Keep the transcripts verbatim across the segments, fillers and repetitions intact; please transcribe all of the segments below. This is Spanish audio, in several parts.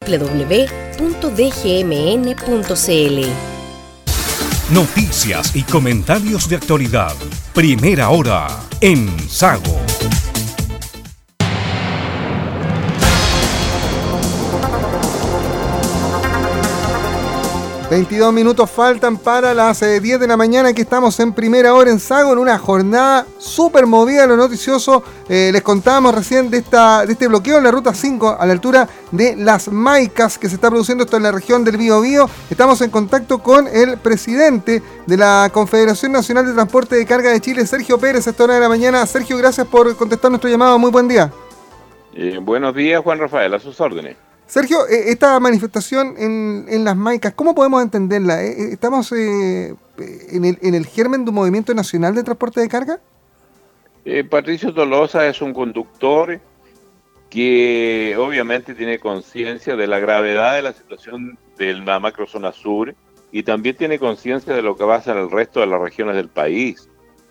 w w punto d g m n punto c l. Noticias y comentarios de actualidad. Primera hora en Sago. veintidós minutos faltan para las eh, diez de la mañana. Aquí estamos en Primera Hora en Sago, en una jornada súper movida. Lo noticioso, eh, les contábamos recién de, esta, de este bloqueo en la ruta cinco a la altura de Las Maicas, que se está produciendo esto en la región del Biobío. Estamos en contacto con el presidente de la Confederación Nacional de Transporte de Carga de Chile, Sergio Pérez, a esta hora de la mañana. Sergio, gracias por contestar nuestro llamado. Muy buen día. Eh, buenos días, Juan Rafael, a sus órdenes. Sergio, esta manifestación en, en Las Maicas, ¿cómo podemos entenderla? ¿Estamos eh, en, el, en el germen de un movimiento nacional de transporte de carga? Eh, Patricio Tolosa es un conductor que obviamente tiene conciencia de la gravedad de la situación de la macrozona sur y también tiene conciencia de lo que pasa en el resto de las regiones del país.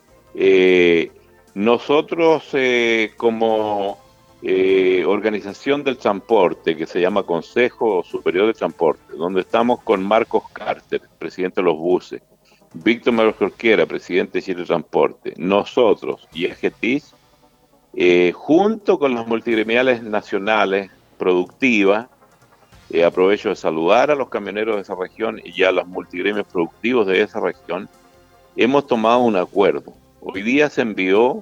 Eh, nosotros eh, como... Eh, organización del transporte, que se llama Consejo Superior de Transporte, donde estamos con Marcos Carter, presidente de los buses, Víctor Manuel Jorquera, presidente de Chile Transporte, nosotros y E G T I S, eh, junto con las multigremiales nacionales productivas, eh, aprovecho de saludar a los camioneros de esa región y a los multigremios productivos de esa región, hemos tomado un acuerdo. Hoy día se envió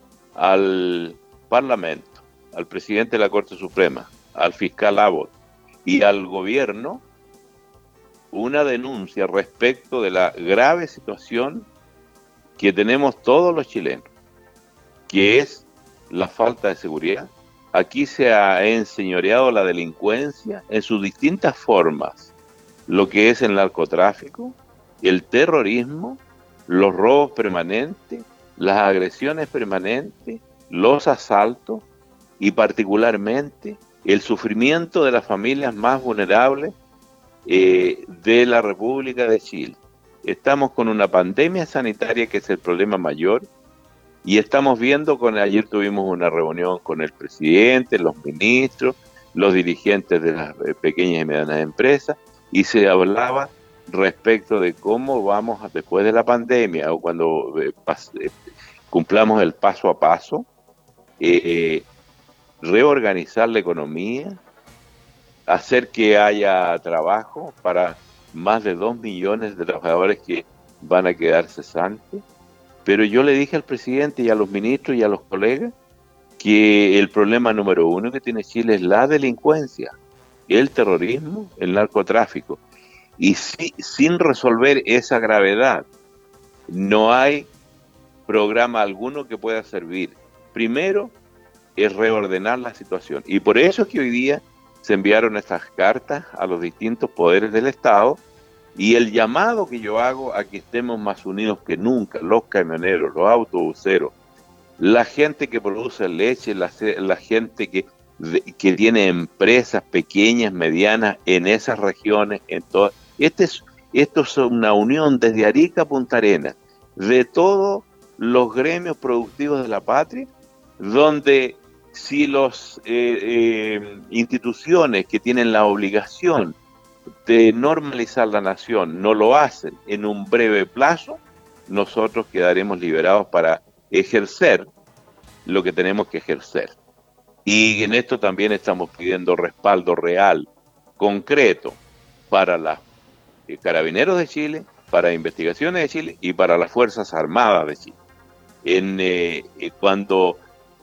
al Parlamento, al presidente de la Corte Suprema, al fiscal Abbott y al gobierno una denuncia respecto de la grave situación que tenemos todos los chilenos, que es la falta de seguridad. Aquí se ha enseñoreado la delincuencia en sus distintas formas, lo que es el narcotráfico, el terrorismo, los robos permanentes, las agresiones permanentes, los asaltos, y particularmente el sufrimiento de las familias más vulnerables eh, de la República de Chile. Estamos con una pandemia sanitaria que es el problema mayor y estamos viendo, con ayer tuvimos una reunión con el presidente, los ministros, los dirigentes de las pequeñas y medianas empresas y se hablaba respecto de cómo vamos a, después de la pandemia o cuando eh, pas, eh, cumplamos el paso a paso, eh, reorganizar la economía, hacer que haya trabajo para más de dos millones de trabajadores que van a quedar cesantes. Pero yo le dije al presidente y a los ministros y a los colegas que el problema número uno que tiene Chile es la delincuencia, el terrorismo, el narcotráfico. Y si, sin resolver esa gravedad, no hay programa alguno que pueda servir. Primero, es reordenar la situación. Y por eso es que hoy día se enviaron estas cartas a los distintos poderes del Estado y el llamado que yo hago a que estemos más unidos que nunca, los camioneros, los autobuseros, la gente que produce leche, la, la gente que, de, que tiene empresas pequeñas, medianas en esas regiones, en todas. Este es, esto es una unión desde Arica a Punta Arenas, de todos los gremios productivos de la patria, donde si las eh, eh, instituciones que tienen la obligación de normalizar la nación no lo hacen en un breve plazo, nosotros quedaremos liberados para ejercer lo que tenemos que ejercer. Y en esto también estamos pidiendo respaldo real, concreto, para los eh, Carabineros de Chile, para Investigaciones de Chile y para las Fuerzas Armadas de Chile. En, eh, cuando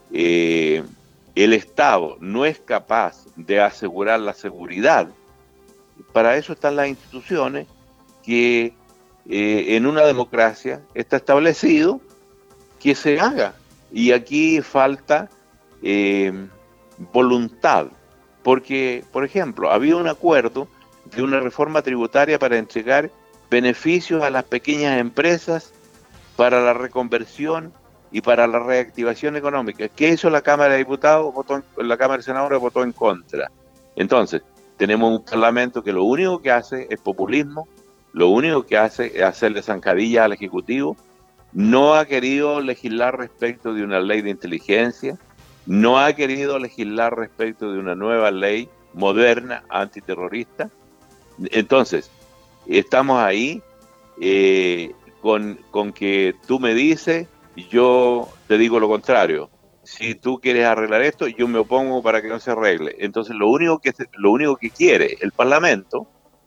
eh, el Estado no es capaz de asegurar la seguridad, para eso están las instituciones que eh, en una democracia está establecido que se haga. Y aquí falta eh, voluntad, porque, por ejemplo, había un acuerdo de una reforma tributaria para entregar beneficios a las pequeñas empresas para la reconversión y para la reactivación económica. ¿Qué hizo la Cámara de Diputados? Votó en, la Cámara de Senadores votó en contra. Entonces, tenemos un parlamento que lo único que hace es populismo, lo único que hace es hacerle zancadillas al Ejecutivo, no ha querido legislar respecto de una ley de inteligencia, no ha querido legislar respecto de una nueva ley moderna, antiterrorista. Entonces, estamos ahí eh, con, con que tú me dices, yo te digo lo contrario. Si tú quieres arreglar esto, yo me opongo para que no se arregle. Entonces, lo único que, lo único que quiere el Parlamento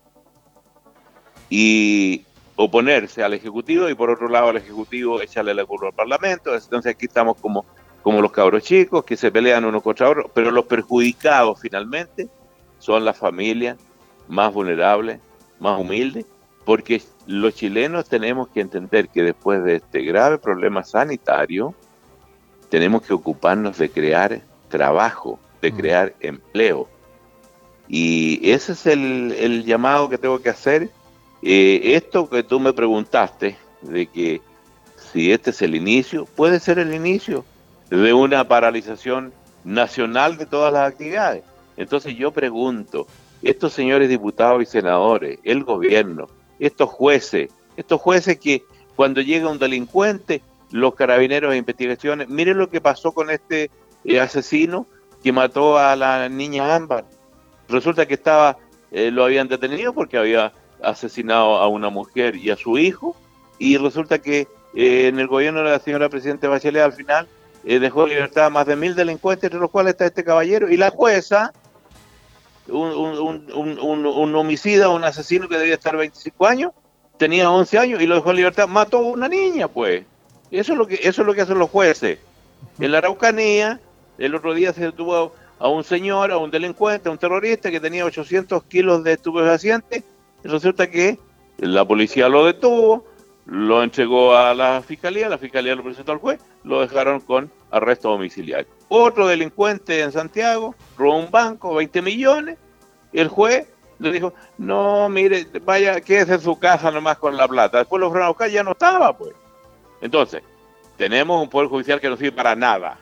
y oponerse al Ejecutivo, y por otro lado al Ejecutivo echarle la culpa al Parlamento. Entonces aquí estamos como, como los cabros chicos que se pelean unos contra otros, pero los perjudicados finalmente son las familias más vulnerables, más humildes, porque los chilenos tenemos que entender que después de este grave problema sanitario, tenemos que ocuparnos de crear trabajo, de crear empleo. Y ese es el, el llamado que tengo que hacer. Eh, esto que tú me preguntaste, de que si este es el inicio, puede ser el inicio de una paralización nacional de todas las actividades. Entonces yo pregunto, estos señores diputados y senadores, el gobierno, estos jueces, estos jueces que cuando llega un delincuente, los carabineros de investigaciones, miren lo que pasó con este eh, asesino que mató a la niña Ámbar. Resulta que estaba, eh, lo habían detenido porque había asesinado a una mujer y a su hijo, y resulta que eh, en el gobierno de la señora Presidenta Bachelet al final eh, dejó en libertad a más de mil delincuentes, entre los cuales está este caballero, y la jueza, un, un, un, un, un homicida, un asesino que debía estar veinticinco años, tenía once años y lo dejó en libertad, mató a una niña, pues. Eso es lo que, eso es lo que hacen los jueces. En la Araucanía, el otro día se detuvo a un señor, a un delincuente, a un terrorista que tenía ochocientos kilos de estupefacientes. Resulta que la policía lo detuvo, lo entregó a la fiscalía, la fiscalía lo presentó al juez, lo dejaron con arresto domiciliario. Otro delincuente en Santiago robó un banco, veinte millones, el juez le dijo, no, mire, vaya, quédese en su casa nomás con la plata. Después lo fueron a buscar, ya no estaba, pues. Entonces, tenemos un poder judicial que no sirve para nada.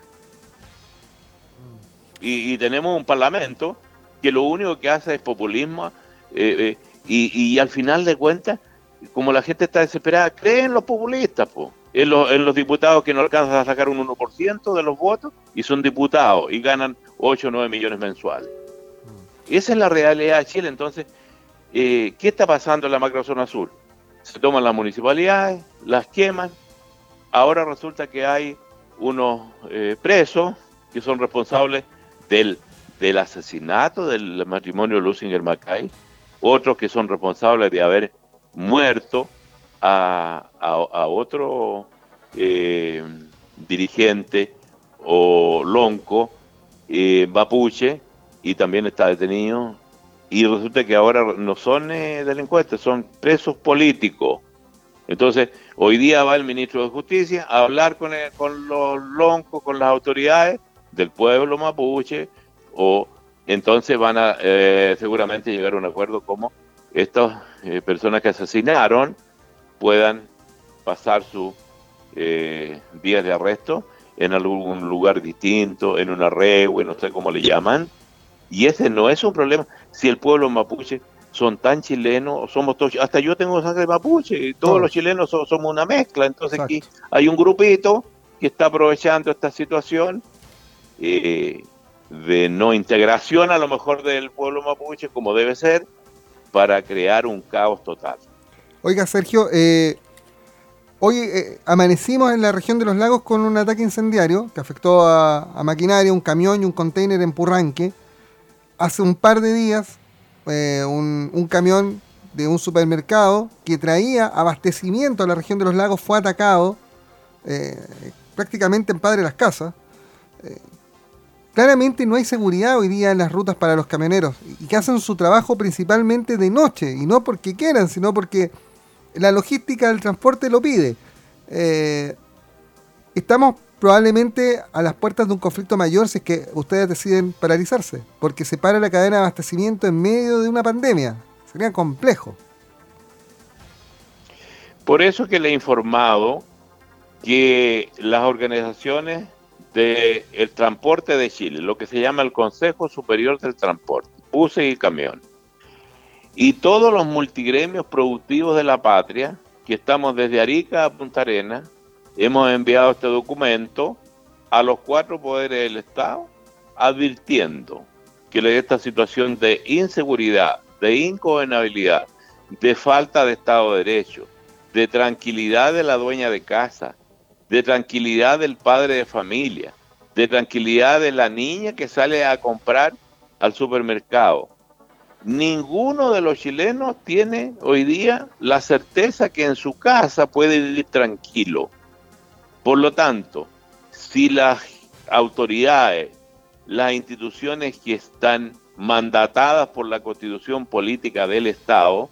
Y, y tenemos un parlamento que lo único que hace es populismo, eh, eh, y, y al final de cuentas, como la gente está desesperada, creen los populistas, po, en, los, en los diputados que no alcanzan a sacar un uno por ciento de los votos y son diputados y ganan ocho o nueve millones mensuales. Esa es la realidad de Chile. Entonces, eh, ¿qué está pasando en la macrozona sur? Se toman las municipalidades, las queman. Ahora resulta que hay unos eh, presos que son responsables del, del asesinato del matrimonio Lusinger-Macay, otros que son responsables de haber muerto a, a, a otro eh, dirigente o lonco, eh, mapuche, y también está detenido. Y resulta que ahora no son eh, delincuentes, son presos políticos. Entonces, hoy día va el ministro de Justicia a hablar con, el, con los loncos, con las autoridades del pueblo mapuche, o entonces van a eh, seguramente llegar a un acuerdo como estas eh, personas que asesinaron puedan pasar sus eh, días de arresto en algún lugar distinto, en una regua, no sé cómo le llaman. Y ese no es un problema. Si el pueblo mapuche son tan chilenos, somos todos, hasta yo tengo sangre mapuche, y todos oh. los chilenos so, somos una mezcla. Entonces Exacto. Aquí hay un grupito que está aprovechando esta situación eh, de no integración a lo mejor del pueblo mapuche como debe ser, para crear un caos total. Oiga, Sergio, eh, hoy eh, amanecimos en la región de los lagos con un ataque incendiario que afectó a, a maquinaria, un camión y un container en Purranque. Hace un par de días, eh, un, un camión de un supermercado que traía abastecimiento a la región de los lagos fue atacado eh, prácticamente en Padre Las Casas. Eh, claramente no hay seguridad hoy día en las rutas para los camioneros y que hacen su trabajo principalmente de noche, y no porque quieran, sino porque la logística del transporte lo pide. Eh, estamos probablemente a las puertas de un conflicto mayor si es que ustedes deciden paralizarse, porque se para la cadena de abastecimiento en medio de una pandemia. Sería complejo. Por eso que le he informado que las organizaciones del transporte de Chile, lo que se llama el Consejo Superior del Transporte, buses y camión, y todos los multigremios productivos de la patria, que estamos desde Arica a Punta Arenas, hemos enviado este documento a los cuatro poderes del Estado advirtiendo que esta situación de inseguridad, de ingobernabilidad, de falta de Estado de Derecho, de tranquilidad de la dueña de casa, de tranquilidad del padre de familia, de tranquilidad de la niña que sale a comprar al supermercado. Ninguno de los chilenos tiene hoy día la certeza que en su casa puede vivir tranquilo. Por lo tanto, si las autoridades, las instituciones que están mandatadas por la Constitución Política del Estado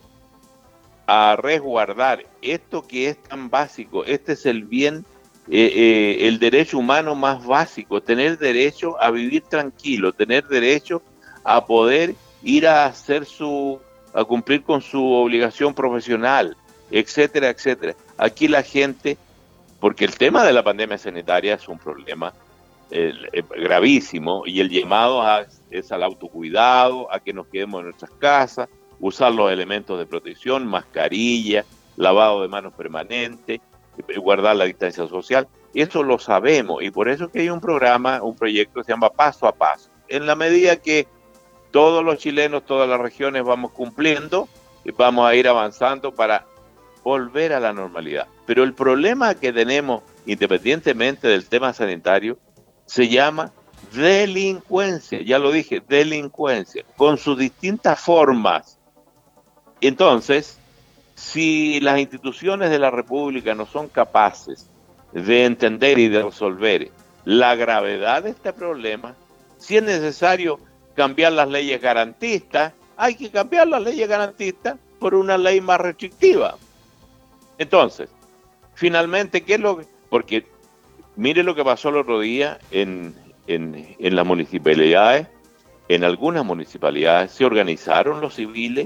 a resguardar esto que es tan básico, este es el bien, eh, eh, el derecho humano más básico, tener derecho a vivir tranquilo, tener derecho a poder ir a hacer su, a cumplir con su obligación profesional, etcétera, etcétera. Aquí la gente, porque el tema de la pandemia sanitaria es un problema eh, eh, gravísimo, y el llamado a, es al autocuidado, a que nos quedemos en nuestras casas, usar los elementos de protección, mascarilla, lavado de manos permanente, guardar la distancia social. Eso lo sabemos, y por eso que hay un programa, un proyecto que se llama Paso a Paso. En la medida que todos los chilenos, todas las regiones vamos cumpliendo, vamos a ir avanzando para volver a la normalidad. Pero el problema que tenemos, independientemente del tema sanitario, se llama delincuencia. Ya lo dije, delincuencia, con sus distintas formas. Entonces, si las instituciones de la República no son capaces de entender y de resolver la gravedad de este problema, si es necesario cambiar las leyes garantistas, hay que cambiar las leyes garantistas por una ley más restrictiva. Entonces, finalmente, ¿qué es lo que...? Porque mire lo que pasó el otro día en, en, en las municipalidades. En algunas municipalidades se organizaron los civiles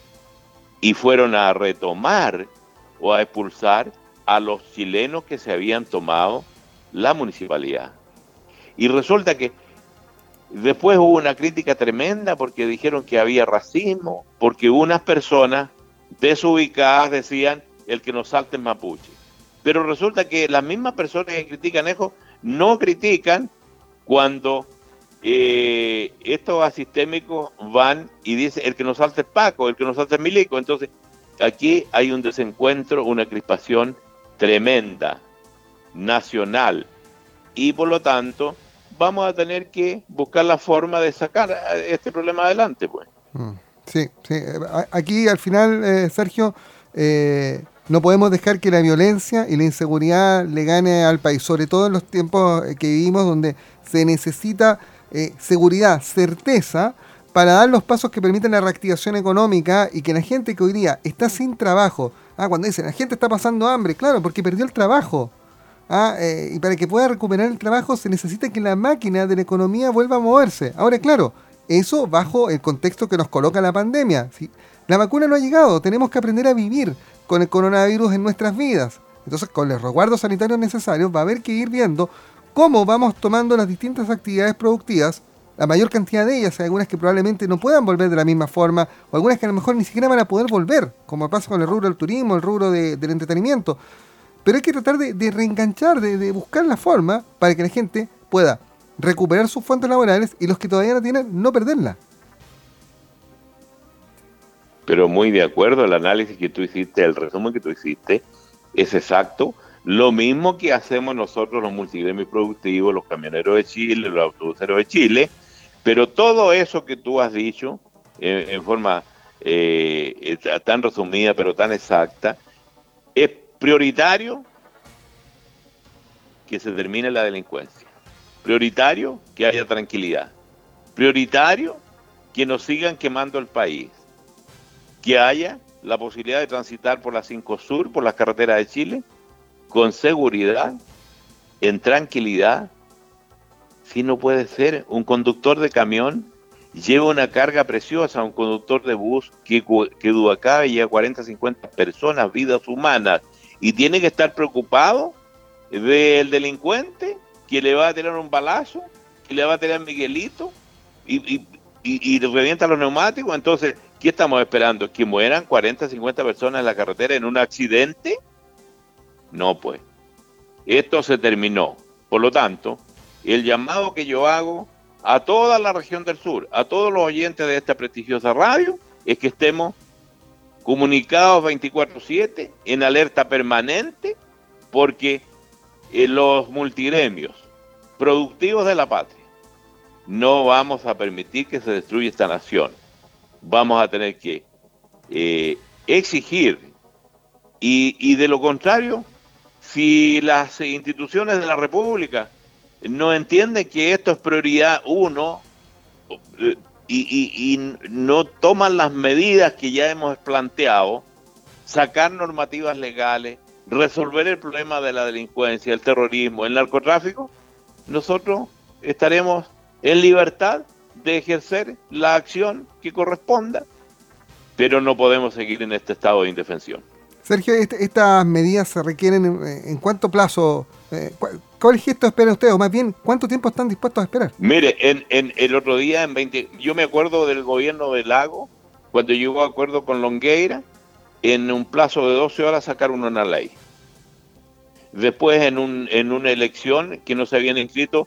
y fueron a retomar o a expulsar a los chilenos que se habían tomado la municipalidad. Y resulta que después hubo una crítica tremenda porque dijeron que había racismo, porque unas personas desubicadas decían el que nos salte es mapuche. Pero resulta que las mismas personas que critican eso no critican cuando eh, estos asistémicos van y dicen el que nos salte es Paco, el que nos salte es milico. Entonces aquí hay un desencuentro, una crispación tremenda, nacional, y por lo tanto vamos a tener que buscar la forma de sacar este problema adelante, pues. Sí, sí. Aquí al final, eh, Sergio, eh, no podemos dejar que la violencia y la inseguridad le gane al país, sobre todo en los tiempos que vivimos donde se necesita eh, seguridad, certeza, para dar los pasos que permiten la reactivación económica y que la gente que hoy día está sin trabajo, ah, cuando dicen la gente está pasando hambre, claro, porque perdió el trabajo. Ah, eh, y para que pueda recuperar el trabajo se necesita que la máquina de la economía vuelva a moverse. Ahora, claro, eso bajo el contexto que nos coloca la pandemia. ¿Sí? La vacuna no ha llegado, tenemos que aprender a vivir con el coronavirus en nuestras vidas. Entonces, con los resguardos sanitarios necesarios, va a haber que ir viendo cómo vamos tomando las distintas actividades productivas, la mayor cantidad de ellas, hay algunas que probablemente no puedan volver de la misma forma, o algunas que a lo mejor ni siquiera van a poder volver, como pasa con el rubro del turismo, el rubro de, del entretenimiento. Pero hay que tratar de, de reenganchar, de, de buscar la forma para que la gente pueda recuperar sus fuentes laborales y los que todavía no tienen, no perderla. Pero muy de acuerdo, el análisis que tú hiciste, el resumen que tú hiciste, es exacto. Lo mismo que hacemos nosotros los multigremios productivos, los camioneros de Chile, los autobuseros de Chile, pero todo eso que tú has dicho, eh, en forma eh, tan resumida pero tan exacta, es prioritario que se termine la delincuencia, prioritario que haya tranquilidad, prioritario que nos sigan quemando el país, que haya la posibilidad de transitar por la cinco Sur, por las carreteras de Chile, con seguridad, en tranquilidad. Si no puede ser, un conductor de camión lleva una carga preciosa, un conductor de bus que, que Duacá lleva cuarenta, cincuenta personas, vidas humanas, y tiene que estar preocupado del delincuente que le va a tirar un balazo, que le va a tirar Miguelito y, y, y, y revienta los neumáticos. Entonces, ¿qué estamos esperando? ¿Que mueran cuarenta, cincuenta personas en la carretera en un accidente? No, pues. Esto se terminó. Por lo tanto, el llamado que yo hago a toda la región del sur, a todos los oyentes de esta prestigiosa radio, es que estemos comunicados veinticuatro siete, en alerta permanente, porque eh, los multigremios productivos de la patria no vamos a permitir que se destruya esta nación. Vamos a tener que eh, exigir, y, y de lo contrario, si las instituciones de la República no entienden que esto es prioridad uno, eh, Y, y, y no toman las medidas que ya hemos planteado, sacar normativas legales, resolver el problema de la delincuencia, el terrorismo, el narcotráfico, nosotros estaremos en libertad de ejercer la acción que corresponda, pero no podemos seguir en este estado de indefensión. Sergio, este, ¿estas medidas se requieren en, en cuánto plazo? Eh, ¿cuál, ¿Cuál gesto esperan ustedes? O más bien, ¿cuánto tiempo están dispuestos a esperar? Mire, en, en el otro día, en veinte, yo me acuerdo del gobierno de Lago, cuando llegó a acuerdo con Longueira, en un plazo de doce horas sacaron una ley. Después, en, un, en una elección que no se habían inscrito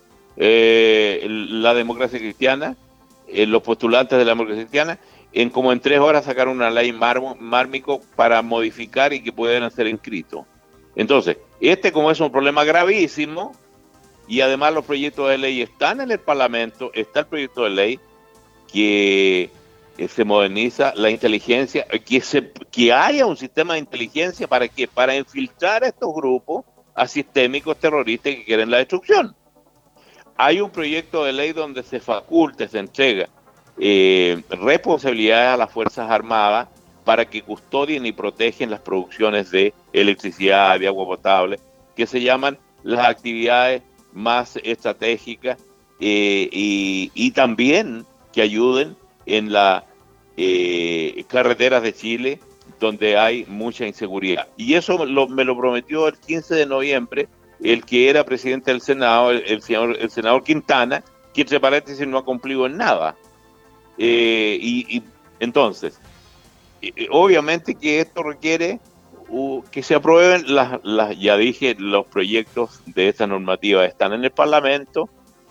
eh, la democracia cristiana, eh, los postulantes de la democracia cristiana, en como en tres horas sacaron una ley marmo, mármico para modificar y que pudieran ser inscritos. Entonces, este como es un problema gravísimo, y además los proyectos de ley están en el Parlamento, está el proyecto de ley que eh, se moderniza la inteligencia, que, se, que haya un sistema de inteligencia para que para infiltrar a estos grupos asistémicos terroristas que quieren la destrucción. Hay un proyecto de ley donde se faculta, se entrega eh, responsabilidades a las Fuerzas Armadas para que custodien y protegen las producciones de electricidad, de agua potable, que se llaman las actividades más estratégicas eh, y, y también que ayuden en las eh, carreteras de Chile, donde hay mucha inseguridad. Y eso lo, me lo prometió el quince de noviembre el que era presidente del Senado, el, el, senador, el senador Quintana, que entre paréntesis no ha cumplido en nada. Eh, y, y entonces, eh, obviamente que esto requiere uh, que se aprueben las, las, ya dije, los proyectos de esta normativa están en el Parlamento.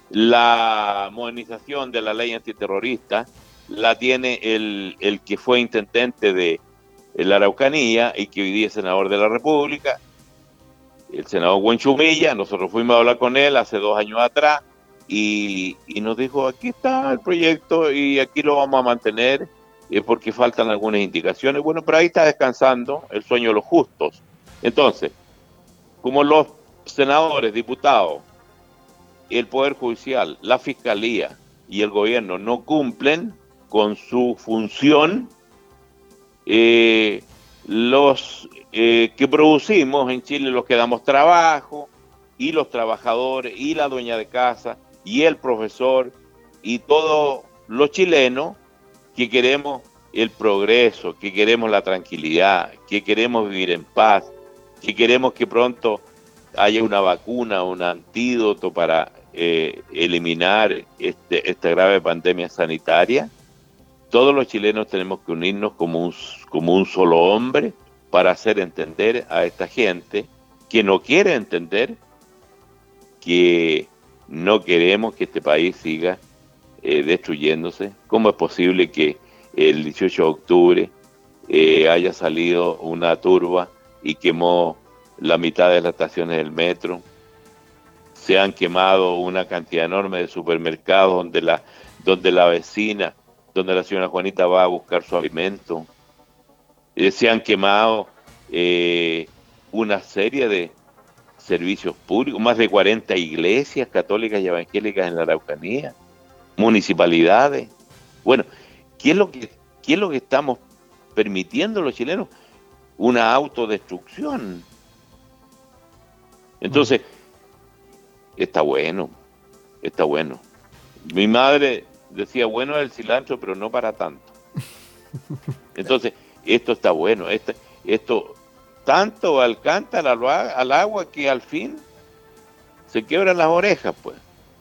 La modernización de la ley antiterrorista la tiene el, el que fue intendente de la Araucanía y que hoy día es senador de la República, el senador Huenchumilla. Nosotros fuimos a hablar con él hace dos años atrás y, y nos dijo, aquí está el proyecto y aquí lo vamos a mantener eh, porque faltan algunas indicaciones. Bueno, pero ahí está descansando el sueño de los justos. Entonces, como los senadores, diputados, el Poder Judicial, la Fiscalía y el gobierno no cumplen con su función, eh, los eh, que producimos en Chile, los que damos trabajo, y los trabajadores, y la dueña de casa, y el profesor, y todos los chilenos que queremos el progreso, que queremos la tranquilidad, que queremos vivir en paz, que queremos que pronto haya una vacuna, un antídoto para eh, eliminar este, esta grave pandemia sanitaria. Todos los chilenos tenemos que unirnos como un, como un solo hombre para hacer entender a esta gente que no quiere entender que no queremos que este país siga eh, destruyéndose. ¿Cómo es posible que el dieciocho de octubre eh, haya salido una turba y quemó la mitad de las estaciones del metro? Se han quemado una cantidad enorme de supermercados donde la, donde la vecina, donde la señora Juanita va a buscar su alimento. Eh, se han quemado eh, una serie de servicios públicos, más de cuarenta iglesias católicas y evangélicas en la Araucanía, municipalidades. Bueno, ¿qué es lo que, qué es lo que estamos permitiendo los chilenos? Una autodestrucción. Entonces, está bueno, está bueno. Mi madre decía, bueno es el cilantro, pero no para tanto. Entonces, esto está bueno. Esto, esto tanto alcántara al, al agua que al fin se quiebran las orejas, pues.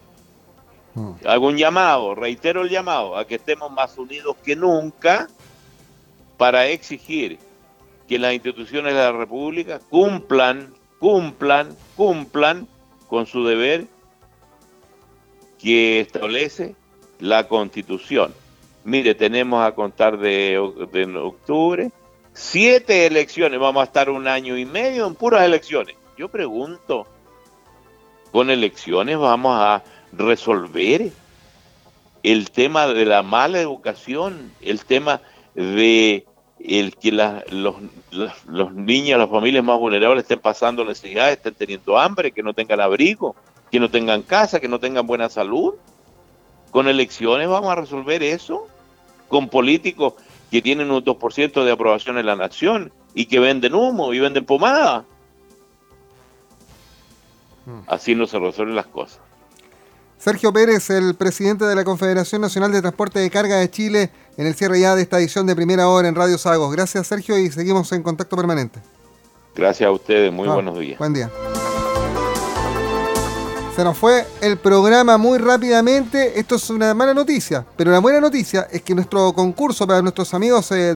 Hago un llamado, reitero el llamado, a que estemos más unidos que nunca para exigir que las instituciones de la República cumplan, cumplan, cumplan con su deber, que establece la Constitución. Mire, tenemos a contar de, de octubre, siete elecciones, vamos a estar un año y medio en puras elecciones. Yo pregunto, ¿con elecciones vamos a resolver el tema de la mala educación, el tema de el que la, los, los, los niños, las familias más vulnerables estén pasando necesidades, estén teniendo hambre, que no tengan abrigo, que no tengan casa, que no tengan buena salud? ¿Con elecciones vamos a resolver eso? ¿Con políticos que tienen un dos por ciento de aprobación en la nación y que venden humo y venden pomada? Así no se resuelven las cosas. Sergio Pérez, el presidente de la Confederación Nacional de Transporte de Carga de Chile, en el cierre ya de esta edición de Primera Hora en Radio Sagos. Gracias, Sergio, y seguimos en contacto permanente. Gracias a ustedes, muy ah, buenos días. Buen día. Se nos fue el programa muy rápidamente. Esto es una mala noticia, pero la buena noticia es que nuestro concurso para nuestros amigos... Eh,